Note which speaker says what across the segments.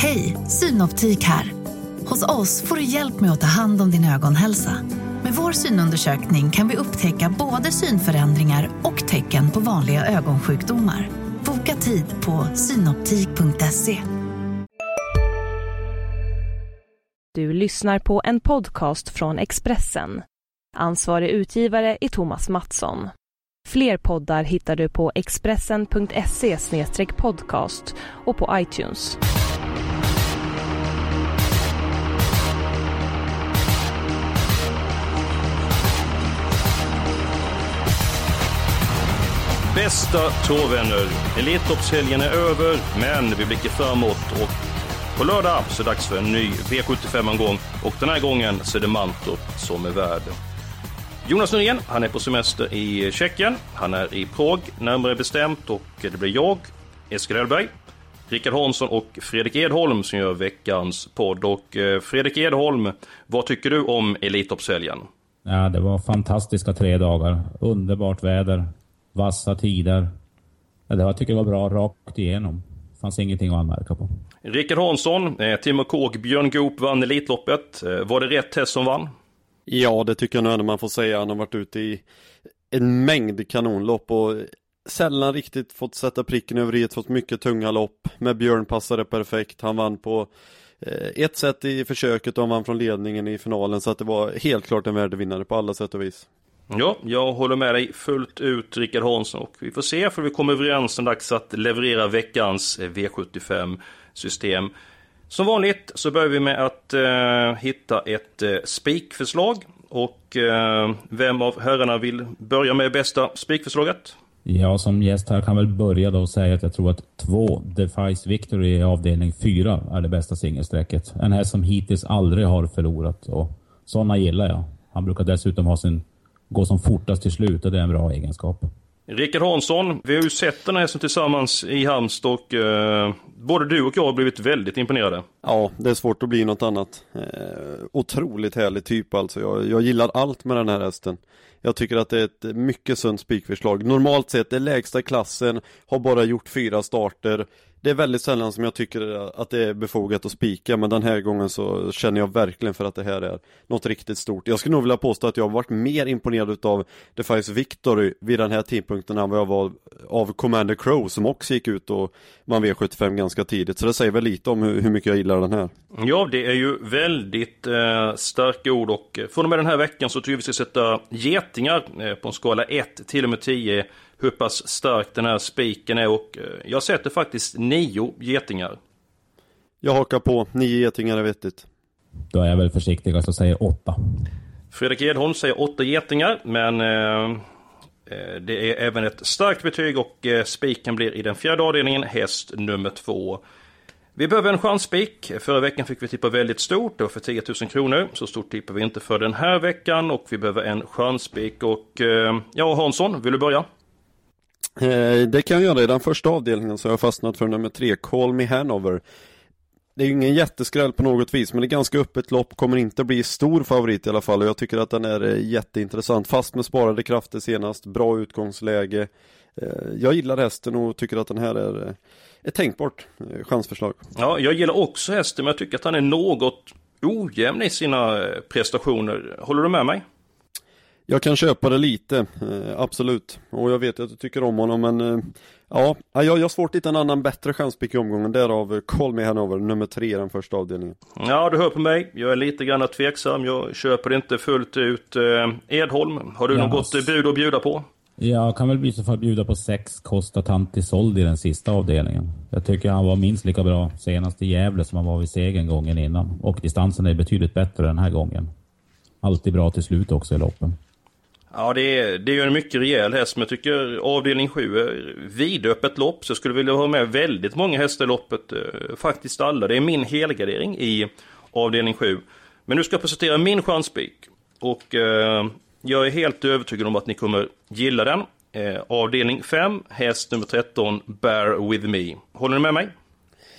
Speaker 1: Hej, Synoptik här. Hos oss får du hjälp med att ta hand om din ögonhälsa. Med vår synundersökning kan vi upptäcka både synförändringar och tecken på vanliga ögonsjukdomar. Boka tid på synoptik.se.
Speaker 2: Du lyssnar på en podcast från Expressen. Ansvarig utgivare är Thomas Mattsson. Fler poddar hittar du på expressen.se/podcast och på iTunes.
Speaker 3: Bästa tråvänner, Elitloppshelgen är över, men vi blickar framåt och på lördag så är det dags för en ny V75-omgång och den här gången så är det Mantorp som är värd. Jonas Norén, han är på semester i Tjeckien, han är i Prag närmare bestämt och det blir jag, Eskil Hellberg, Rickard Hansson och Fredrik Edholm som gör veckans podd. Och Fredrik Edholm, vad tycker du om Elitloppshelgen?
Speaker 4: Ja, det var fantastiska 3 dagar, underbart väder. Vassa tider. Jag tycker det var bra rakt igenom. Fanns ingenting att anmärka på.
Speaker 3: Rickard Hansson, Timo Kåg, Björn Goop vann Elitloppet. Var det rätt häst som vann?
Speaker 5: Ja, det tycker jag nog ändå man får säga. Han har varit ute i en mängd kanonlopp och sällan riktigt fått sätta pricken över i, fått mycket tunga lopp. Med Björn passade perfekt. Han vann på ett sätt i försöket och han vann från ledningen i finalen. Så att det var helt klart en värdevinnare på alla sätt och vis.
Speaker 3: Ja, jag håller med dig fullt ut, Rickard Hansson, och vi får se för vi kommer överens en dags att leverera veckans V75-system. Som vanligt så börjar vi med att hitta ett spikförslag och vem av herrarna vill börja med bästa spikförslaget?
Speaker 4: Ja, som gäst här kan väl börja då och säga att jag tror att 2 Defies Victory i avdelning 4 är det bästa singelsträcket. En här som hittills aldrig har förlorat och sådana gillar jag. Han brukar dessutom ha gå som fortast till slut och det är en bra egenskap.
Speaker 3: Rickard Hansson, vi har ju sett den här som tillsammans i Halmstad och både du och jag har blivit väldigt imponerade.
Speaker 5: Ja, det är svårt att bli något annat. Otroligt härlig typ alltså. Jag gillar allt med den här hästen. Jag tycker att det är ett mycket sunt spikförslag. Normalt sett, det lägsta klassen, har bara gjort 4 starter. Det är väldigt sällan som jag tycker att det är befogat att spika, men den här gången så känner jag verkligen för att det här är något riktigt stort. Jag skulle nog vilja påstå att jag har varit mer imponerad av Defies Victory vid den här tidpunkten än vad jag var av Commander Crow som också gick ut och vann V75 ganska tidigt. Så det säger väl lite om hur mycket jag gillar den här.
Speaker 3: Ja, det är ju väldigt starka ord och från och med den här veckan så tror jag vi ska sätta getingar på en skala 1 till och med 10. Hur pass stark den här spiken är och jag sätter faktiskt 9 getingar.
Speaker 5: Jag hakar på, 9 getingar är vettigt.
Speaker 4: Då är jag väl försiktigast och säger 8.
Speaker 3: Fredrik Edholm säger 8 getingar, men det är även ett starkt betyg och spiken blir i den 4:e avdelningen häst nummer 2. Vi behöver en chansspik. Förra veckan fick vi tippa väldigt stort, det var för 10 000 kronor. Så stort tippar vi inte för den här veckan och vi behöver en chansspik. Och ja, Hansson, vill du börja?
Speaker 5: Det kan jag göra. I den första avdelningen så har jag fastnat för nummer 3, Call Me Hanover. Det är ju ingen jätteskräll på något vis, men det är ganska öppet lopp, kommer inte bli stor favorit i alla fall och jag tycker att den är jätteintressant. Fast med sparade krafter senast, bra utgångsläge. Jag gillar hästen och tycker att den här är ett tänkbart chansförslag.
Speaker 3: Ja, jag gillar också hästen, men jag tycker att han är något ojämn i sina prestationer. Håller du med mig?
Speaker 5: Jag kan köpa det lite, absolut. Och jag vet att du tycker om honom, men ja, jag har svårt att hitta en annan bättre chanspick i omgången. Därav Call Me Hanover, nummer 3 i den första avdelningen.
Speaker 3: Ja, du hör på mig. Jag är lite grann tveksam. Jag köper det inte fullt ut. Edholm, har du något bud att bjuda på?
Speaker 4: Jag kan väl i så fall bjuda på 6 Costa Tanti Sold i den sista avdelningen. Jag tycker han var minst lika bra senast i Gävle som han var vid segern gången innan. Och distansen är betydligt bättre den här gången. Alltid bra till slut också i loppen.
Speaker 3: Ja, det är ju en mycket rejäl häst, men jag tycker avdelning 7 är vidöppet lopp, så jag skulle vilja ha med väldigt många hästar i loppet, faktiskt alla. Det är min helgardering i avdelning 7. Men nu ska jag presentera min chanspik och jag är helt övertygad om att ni kommer gilla den. Avdelning 5, häst nummer 13, Bear With Me. Håller ni med mig?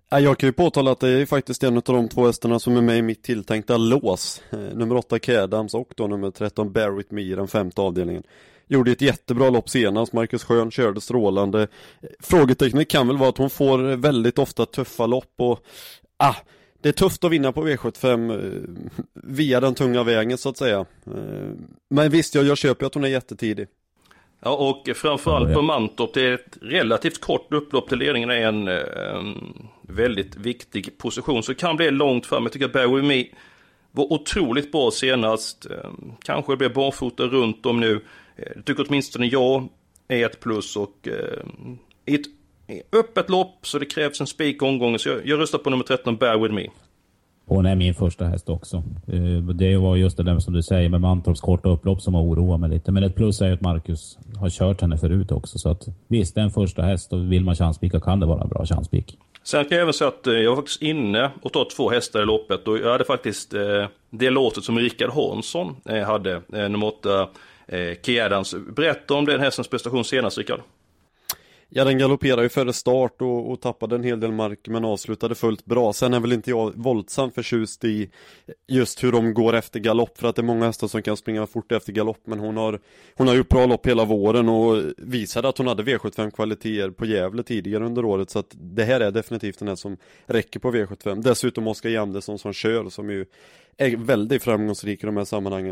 Speaker 5: Jag kan ju påtala att det är faktiskt en av de 2 hästarna som är med i mitt tilltänkta lås. Nummer 8 Kedams och då nummer 13 Bear With Me i den 5:e avdelningen. Gjorde ett jättebra lopp senast, Marcus Schön körde strålande. Frågetecknet kan väl vara att hon får väldigt ofta tuffa lopp och det är tufft att vinna på V75 via den tunga vägen så att säga. Men visst, jag köper att hon är jättetidig.
Speaker 3: Ja, och framförallt på Mantorp, det är ett relativt kort upplopp till ledningen, är en väldigt viktig position. Så det kan bli långt fram. Jag tycker att Bear With Me var otroligt bra senast. Kanske blir barfota runt om nu. Jag tycker åtminstone jag är ett plus och i ett öppet lopp så det krävs en spik omgång. Så jag röstar på nummer 13 Bear With Me.
Speaker 4: Hon är min första häst också. Det var just det där som du säger med Mantorps korta upplopp som har oroat mig lite. Men ett plus är att Marcus har kört henne förut också. Så att visst, det är en första häst och vill man chanspika kan det vara en bra chanspik.
Speaker 3: Sen kan jag även säga att jag var faktiskt inne och tog 2 hästar i loppet. Och jag hade faktiskt det låtet som Rickard Hansson hade, nummer 8 Kedans. Berätta om den hästens prestation senast, Rickard.
Speaker 5: Ja, den galopperade ju före start och tappade en hel del mark men avslutade fullt bra. Sen är väl inte jag våldsamt förtjust i just hur de går efter galopp, för att det är många hästar som kan springa fort efter galopp, men hon har gjort bra lopp hela våren och visade att hon hade V75-kvaliteter på Gävle tidigare under året, så att det här är definitivt den här som räcker på V75. Dessutom Oskar Jamdesson som kör, som ju är väldigt framgångsrik i de här sammanhangen.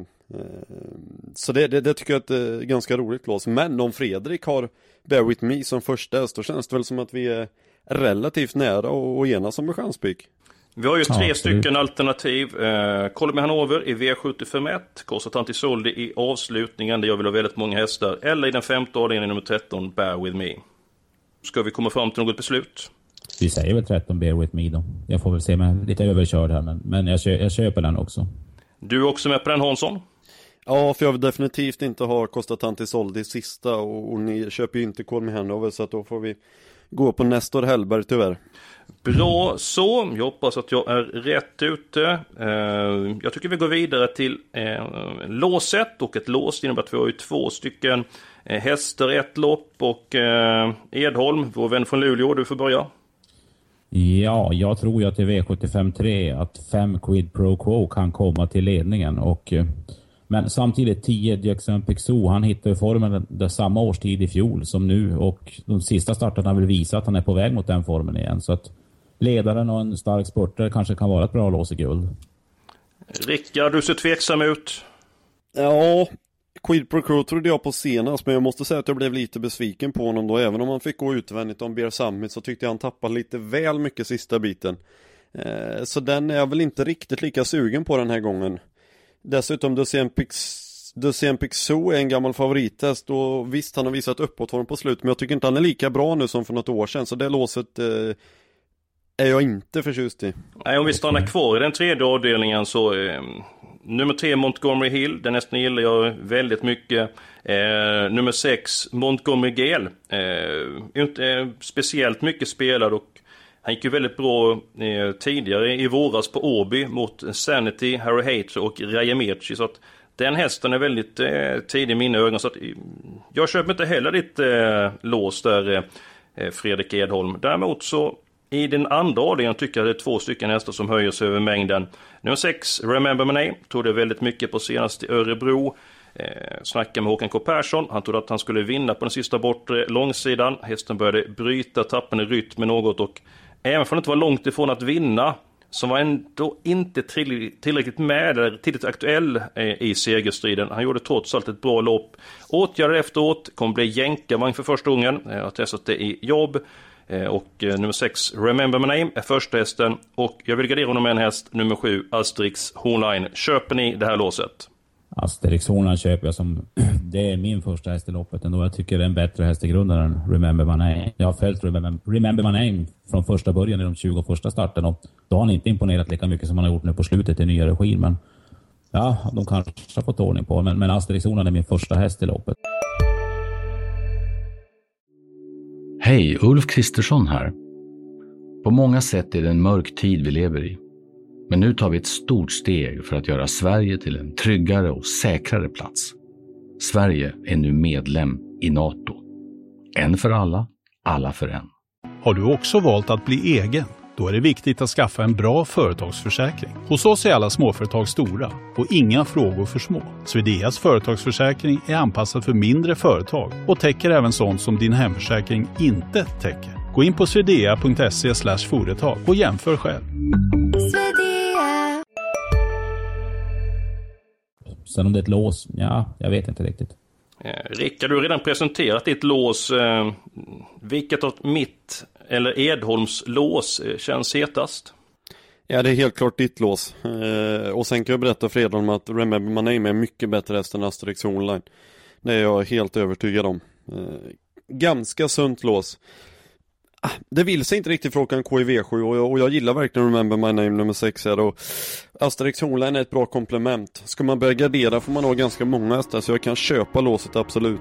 Speaker 5: Så det tycker jag är ett ganska roligt lås. Men om Fredrik har Bear With Me som första häst, då känns det väl som att vi är relativt nära och enas som en chanspik.
Speaker 3: Vi har ju 3 stycken alternativ. Kolmi Hanover i V75-1, Corsa Tantisoldi i avslutningen där jag vill ha väldigt många hästar, eller i den 5:e avdelningen nummer 13 Bear With Me. Ska vi komma fram till något beslut?
Speaker 4: Vi säger väl 13 Bear With Me då. Jag får väl se mig lite överkörd här, men jag köper den också.
Speaker 3: Du är också med på den, Hansson?
Speaker 5: Ja, för jag vill definitivt inte ha Costa Tantisoldi sista och ni köper ju inte Kolmi Hanover, så att då får vi gå på Nestor Hellberg tyvärr.
Speaker 3: Bra så, jag hoppas att jag är rätt ute. Jag tycker vi går vidare till låset, och ett lås innebär att vi har ju 2 stycken hästar, ett lopp, och Edholm, vår vän från Luleå, du får börja.
Speaker 4: Ja, jag tror ju att i V75-3 att 5 Quid Pro Quo kan komma till ledningen, men samtidigt 10 Jackson Pixou, han hittade formen där samma årstid i fjol som nu, och de sista starterna vill visa att han är på väg mot den formen igen, så att ledaren och en stark spurter kanske kan vara ett bra lås i guld.
Speaker 3: Rickard, du ser tveksam ut.
Speaker 5: Ja, Quid Pro Quo trodde jag på senast, men jag måste säga att jag blev lite besviken på honom då. Även om han fick gå utvändigt om Bear Summit så tyckte jag han tappade lite väl mycket sista biten. Så den är jag väl inte riktigt lika sugen på den här gången. Dessutom Ducien Pixou är en gammal favorithäst, och visst, han har visat uppåtform på slut, men jag tycker inte han är lika bra nu som för något år sedan, så det låset är jag inte förtjust i.
Speaker 3: Nej, om vi stannar kvar i den 3:e avdelningen så nummer 3 Montgomery Hill, den nästan gillar jag väldigt mycket. Nummer 6 Montgomery Gale, inte speciellt mycket spelad, och han gick ju väldigt bra tidigare i våras på Åby mot Sanity, Harry Hater och Rajamirci, så att den hästen är väldigt tidig i mina ögon, så att jag köper inte heller ditt lås där, Fredrik Edholm. Däremot så i den andra avdelningen tycker jag det är 2 stycken hästar som höjer sig över mängden. Nummer 6 Remember My Name tog det väldigt mycket på senast i Örebro. Snackade med Håkan K. Persson. Han trodde att han skulle vinna på den sista bortre långsidan. Hästen började bryta, tappade rytm något, och även för att inte var långt ifrån att vinna så var ändå inte tillräckligt med eller tillräckligt aktuell i segerstriden. Han gjorde trots allt ett bra lopp. Åtgärder efteråt, kommer bli jänkarvagn för första gången. Jag har testat det i jobb. Och nummer 6 Remember My Name är första hästen, och jag vill gardera honom med en häst, nummer 7 Asterix Hornline. Köper ni det här låset?
Speaker 4: Asterix Hornline köper jag som det är min första häst i loppet ändå. Jag tycker det är en bättre häst i grunden än Remember My Name. Jag har följt Remember My Name från första början i de 20 första starten, och då har han inte imponerat lika mycket som han har gjort nu på slutet i nya regin, men ja, de kanske har fått ordning på, men Asterix Hornline är min första häst i loppet.
Speaker 6: Hej, Ulf Kristersson här. På många sätt är det en mörk tid vi lever i. Men nu tar vi ett stort steg för att göra Sverige till en tryggare och säkrare plats. Sverige är nu medlem i NATO. En för alla, alla för en.
Speaker 7: Har du också valt att bli egen? Då är det viktigt att skaffa en bra företagsförsäkring. Hos oss är alla småföretag stora och inga frågor för små. Swedeas företagsförsäkring är anpassad för mindre företag och täcker även sånt som din hemförsäkring inte täcker. Gå in på swedea.se/företag och jämför själv.
Speaker 4: Sen om det är ett lås, ja, jag vet inte riktigt.
Speaker 3: Rickard, du har redan presenterat ditt lås. Vilket av mitt eller Edholms lås känns hetast?
Speaker 5: Ja, det är helt klart ditt lås. Och sen kan jag berätta för Edholm att Remember My Name är mycket bättre än Asterix Online. Det är jag helt övertygad om. Ganska sunt lås. Det vill sig inte riktigt för åka en KIV7 och jag gillar verkligen Remember My Name nummer 6 här, och Asterix Online är ett bra komplement. Ska man börja gardera får man ha ganska många hästar, så jag kan köpa låset absolut.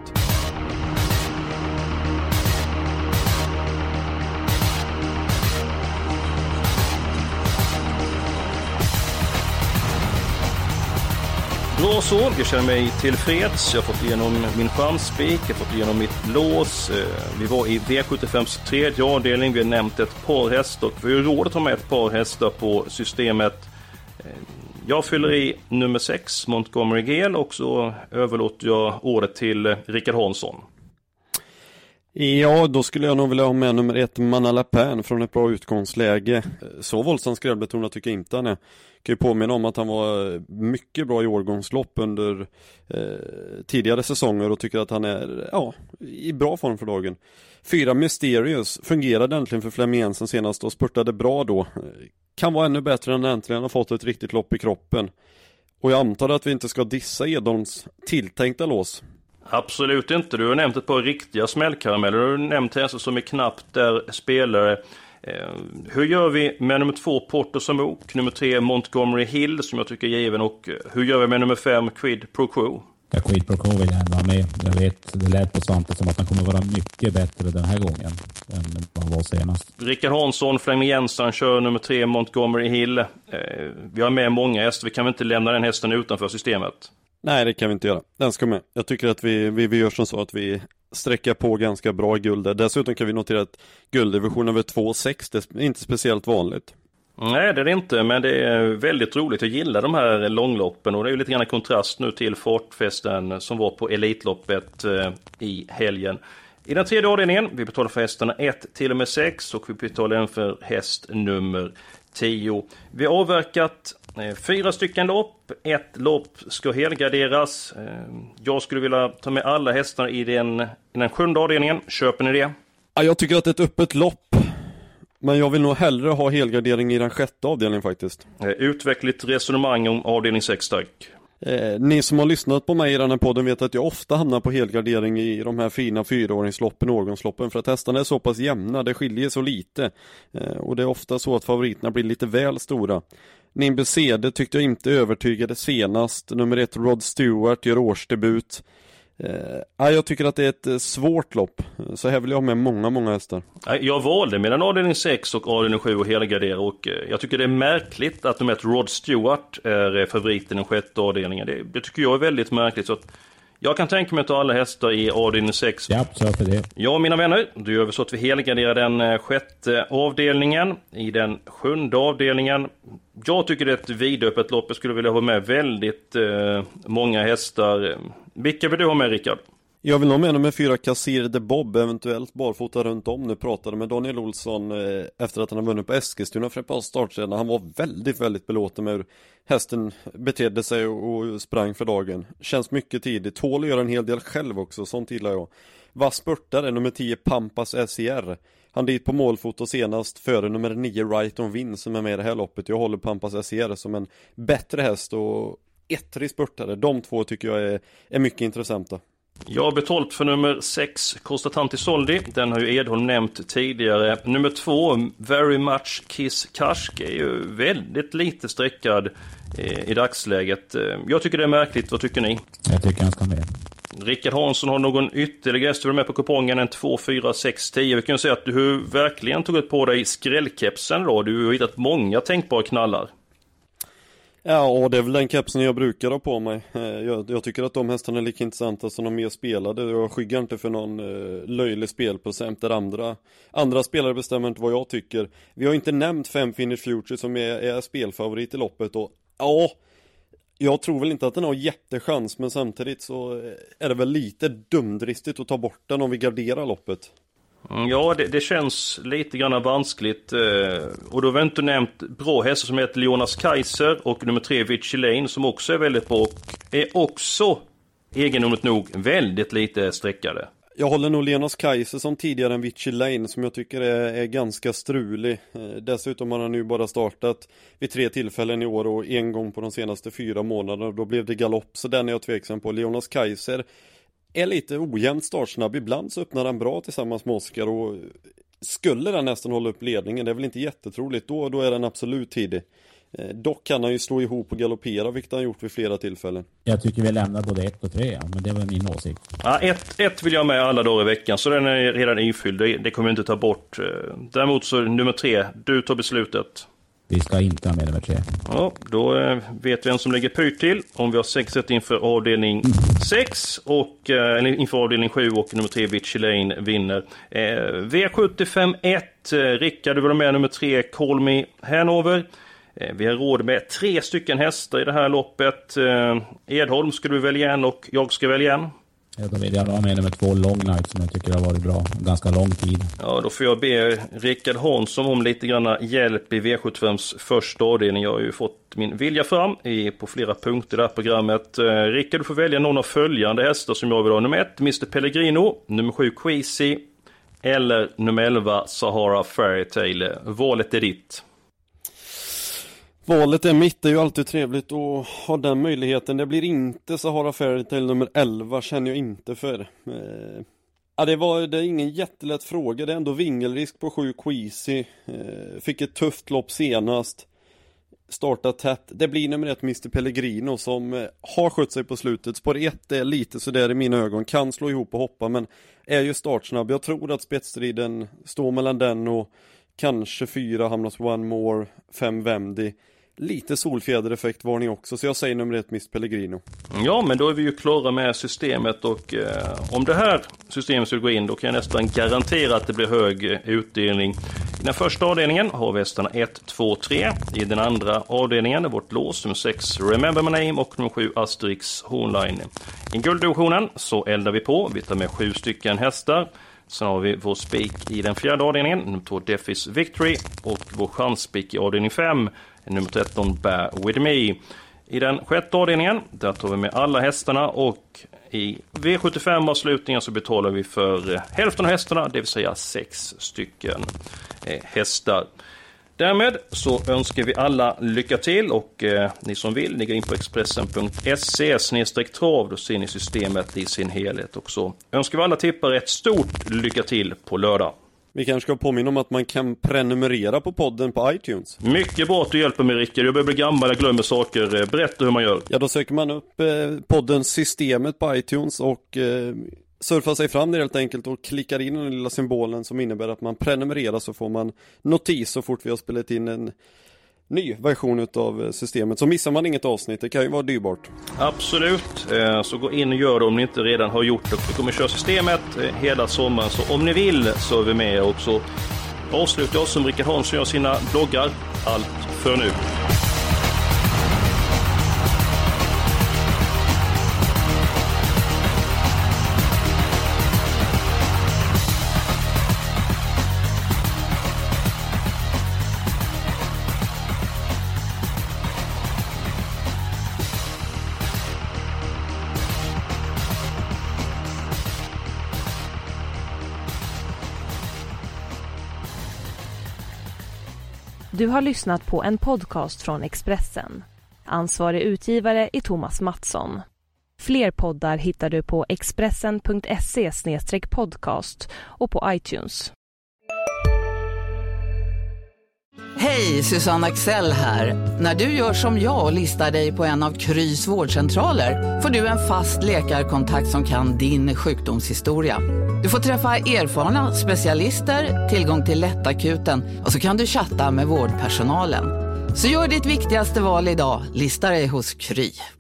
Speaker 3: Bra så, jag känner mig tillfreds. Jag har fått igenom min chansspik, jag har fått igenom mitt lås. Vi var i V75s tredje avdelning, vi har nämnt ett par hästar och vi har råd att ta med ett par hästar på systemet. Jag fyller i nummer 6, Montgomery Gale, och så överlåter jag ordet till Rickard Hansson.
Speaker 5: Ja, då skulle jag nog vilja ha med nummer 1, Manalapan, från ett bra utgångsläge. Så våldsamt skrällbetonad tycker jag inte han är. Kan ju påminna om att han var mycket bra i årgångslopp under tidigare säsonger och tycker att han är i bra form för dagen. 4, Mysterious fungerade äntligen för Flemming Jensen senast och spurtade bra då. Kan vara ännu bättre än äntligen har fått ett riktigt lopp i kroppen. Och jag antar att vi inte ska dissa Edholms tilltänkta lås.
Speaker 3: Absolut inte. Du har nämnt ett par riktiga smällkarameller. Du har nämnt hästar som är knappt där spelare. Hur gör vi med nummer 2, Porto Samok, nummer 3, Montgomery Hill, som jag tycker är given, och hur gör vi med nummer 5, Quid Pro Quo?
Speaker 4: Ja, Quid Pro Quo vill jag vara med. Jag vet, det lät på Svante som att han kommer vara mycket bättre den här gången än vad han var senast.
Speaker 3: Rickard Hansson, Flemming Jensen kör nummer 3, Montgomery Hill. Vi har med många hästar, vi kan väl inte lämna den hästen utanför systemet?
Speaker 5: Nej, det kan vi inte göra. Den ska med. Jag tycker att vi gör som så att vi sträcker på ganska bra guld där. Dessutom kan vi notera att gulddivisionen över 2,6, det är inte speciellt vanligt.
Speaker 3: Nej, det är det inte, men det är väldigt roligt. Jag gillar de här långloppen och det är ju lite grann kontrast nu till fartfesten som var på Elitloppet i helgen. I den tredje avdelningen, vi betalar för hästarna 1 till och med 6 och vi betalar en för häst nummer 10. Vi har avverkat 4 stycken lopp. Ett lopp ska helgarderas. Jag skulle vilja ta med alla hästar i den 7:e avdelningen. Köper ni det?
Speaker 5: Ja, jag tycker att det är ett öppet lopp. Men jag vill nog hellre ha helgardering i den 6:e avdelningen faktiskt.
Speaker 3: Utveckligt resonemang om avdelning 6, tack.
Speaker 5: Ni som har lyssnat på mig i den här podden vet att jag ofta hamnar på helgardering i de här fina 4-åringsloppen och årgångsloppen, för att hästarna är så pass jämna, det skiljer så lite. Och det är ofta så att favoriterna blir lite väl stora. Nimbus CD tyckte jag inte övertygade senast. Nummer 1, Rod Stewart, gör årsdebut. Jag tycker att det är ett svårt lopp. Så här vill jag ha med många hästar.
Speaker 3: Jag valde mellan avdelning 6 och avdelning 7 och helgardera, och jag tycker det är märkligt att nummer 1, Rod Stewart, är favoriten i den 6:e avdelningen. Det tycker jag är väldigt märkligt, så att jag kan tänka mig att ta alla hästar i avdelning 6.
Speaker 4: Ja, så för det.
Speaker 3: Ja, mina vänner, då gör vi så att vi helgarderar den 6:e avdelningen. I den 7:e avdelningen, jag tycker det är ett vidöppet lopp. Jag skulle vilja ha med väldigt många hästar. Vilka vill du ha med, Rickard?
Speaker 5: Jag vill nog med nummer 4, Kassir de Bob, eventuellt barfota runt om. Nu pratade med Daniel Olsson efter att han har vunnit på Eskilstuna för ett par start sedan. Han var väldigt belåten med hur hästen betedde sig och sprang för dagen. Känns mycket tidigt. Tål att göra en hel del själv också, sånt gillar jag. Vass spurtare, nummer 10, Pampas SCR. Han dit på målfoto senast före nummer 9, Right On Win, som är med i det här loppet. Jag håller Pampas SCR som en bättre häst och ettrig spurtare. De två tycker jag är mycket intressanta.
Speaker 3: Jag har betalt för nummer 6, Costatanti Soldi. Den har ju Edholm nämnt tidigare. Nummer 2, Very Much Kiss Karsk, är ju väldigt lite sträckad i dagsläget. Jag tycker det är märkligt. Vad tycker ni?
Speaker 4: Jag tycker han ska med.
Speaker 3: Rickard Hansson har någon ytterligare häst med på kupongen, en 2, 4, 6, 10. Vi kan säga att du verkligen tog ut på dig skrällkepsen då. Du har hittat många tänkbara knallar.
Speaker 5: Ja, och det är väl den kepsen jag brukar ha på mig. Jag tycker att de hästarna är lika intressanta som de mer spelade. Jag skyggar inte för någon löjlig spelprocent där andra spelare bestämmer inte vad jag tycker. Vi har inte nämnt 5 Finish Future som är spelfavorit i loppet. Och ja, jag tror väl inte att den har jättechans, men samtidigt så är det väl lite dumdristigt att ta bort den om vi garderar loppet.
Speaker 3: Ja, det känns lite grann vanskligt. Och då har vi inte nämnt bra hästar som heter Leonas Kaiser och nummer 3 Vichy Lane som också är väldigt bra och är också egendomligt nog väldigt lite sträckade.
Speaker 5: Jag håller nog Leonas Kaiser som tidigare än Vichy Lane som jag tycker är ganska strulig. Dessutom har han nu bara startat vid 3 tillfällen i år och en gång på de senaste 4 månaderna. Då blev det galopp, så den är jag tveksam på. Leonas Kaiser är lite ojämnt startsnabb. Ibland så öppnar han bra tillsammans med Oscar och skulle den nästan hålla upp ledningen, det är väl inte jättetroligt, då är den absolut tidig. Dock kan han ju slå ihop och galoppera, vilket han gjort vid flera tillfällen.
Speaker 4: Jag tycker vi lämnar både 1 och 3, men det var min åsikt.
Speaker 3: Ja, 1 vill jag med alla dagar i veckan, så den är redan ifylld. Det kommer vi inte ta bort. Däremot så nummer 3, du tar beslutet.
Speaker 4: Vi ska inte ha med nummer 3.
Speaker 3: Ja, då vet vi vem som lägger pyrt till. Om vi har 6 inför avdelning 6 och inför avdelning 7 och nummer 3 Vichy Lane vinner. V75-1, Rickard, du var med nummer 3 Call Me Hanover. Vi har råd med 3 stycken hästar i det här loppet. Edholm ska du välja igen och jag ska välja igen.
Speaker 4: Ja, då vill jag ha med nummer 2 Long Night som jag tycker har varit bra ganska lång tid.
Speaker 3: Ja, då får jag be Rickard Hansson om lite grann hjälp i V75s första avdelning. Jag har ju fått min vilja fram på flera punkter i det här programmet. Rickard, du får välja någon av följande hästar som jag vill ha. Nummer 1, Mr. Pellegrino. Nummer 7, Queasy. Eller nummer 11, Sahara Fairytale. Valet är ditt.
Speaker 5: Valet är mitt, det är ju alltid trevligt att ha den möjligheten. Det blir inte Sahara Fairytale nummer 11, känner jag inte för. Det är ingen jättelätt fråga, det är ändå vingelrisk på 7 Queasy. Fick ett tufft lopp senast. Startat tätt. Det blir nummer 1 Mr. Pellegrino som har skött sig på slutet. Spår 1 är lite så där i mina ögon. Kan slå ihop och hoppa, men är ju startsnabb. Jag tror att spetsstriden står mellan den och kanske 4 Hamnas One More, 5 Vemdi. Lite solfjädereffektvarning också, så jag säger nummer 1 Mr. Pellegrino.
Speaker 3: Ja, men då är vi ju klara med systemet och om det här systemet skulle gå in, då kan jag nästan garantera att det blir hög utdelning. I den första avdelningen har vi hästarna 1, 2, 3. I den andra avdelningen är vårt lås nummer 6 Remember My Name och nummer 7 Asterix Hornline. I gulddivisionen så eldar vi på, vi tar med 7 stycken hästar. Sen har vi vår spik i den fjärde avdelningen, nummer 2 Defis Victory, och vår chansspik i avdelning 5, nummer 13 Bear With Me. I den sjätte avdelningen, där tar vi med alla hästarna, och i V75-avslutningen så betalar vi för hälften av hästarna, det vill säga 6 stycken hästar. Därmed så önskar vi alla lycka till, och ni som vill, ni går in på expressen.se/trav, då ser ni systemet i sin helhet, och så önskar vi alla tippare ett stort lycka till på lördag.
Speaker 5: Vi kanske ska påminna om att man kan prenumerera på podden på iTunes.
Speaker 3: Mycket bra att du hjälper mig, Rickard. Jag börjar bli gammal, jag glömmer saker. Berätta hur man gör.
Speaker 5: Ja, då söker man upp poddens systemet på iTunes och surfar sig fram där helt enkelt och klickar in den lilla symbolen som innebär att man prenumererar, så får man notis så fort vi har spelat in en ny version av systemet. Så missar man inget avsnitt, det kan ju vara dyrbart.
Speaker 3: Absolut, så gå in och gör det om ni inte redan har gjort det. Vi kommer köra systemet hela sommaren, så om ni vill så är vi med också. Avslutar oss som Rickard Hansson gör sina bloggar. Allt för nu.
Speaker 2: Du har lyssnat på en podcast från Expressen. Ansvarig utgivare är Thomas Mattsson. Fler poddar hittar du på expressen.se/podcast och på iTunes.
Speaker 8: Hej, Susanne Axel här. När du gör som jag och listar dig på en av Krys vårdcentraler får du en fast läkarkontakt som kan din sjukdomshistoria. Du får träffa erfarna specialister, tillgång till lättakuten och så kan du chatta med vårdpersonalen. Så gör ditt viktigaste val idag, lista dig hos Kry.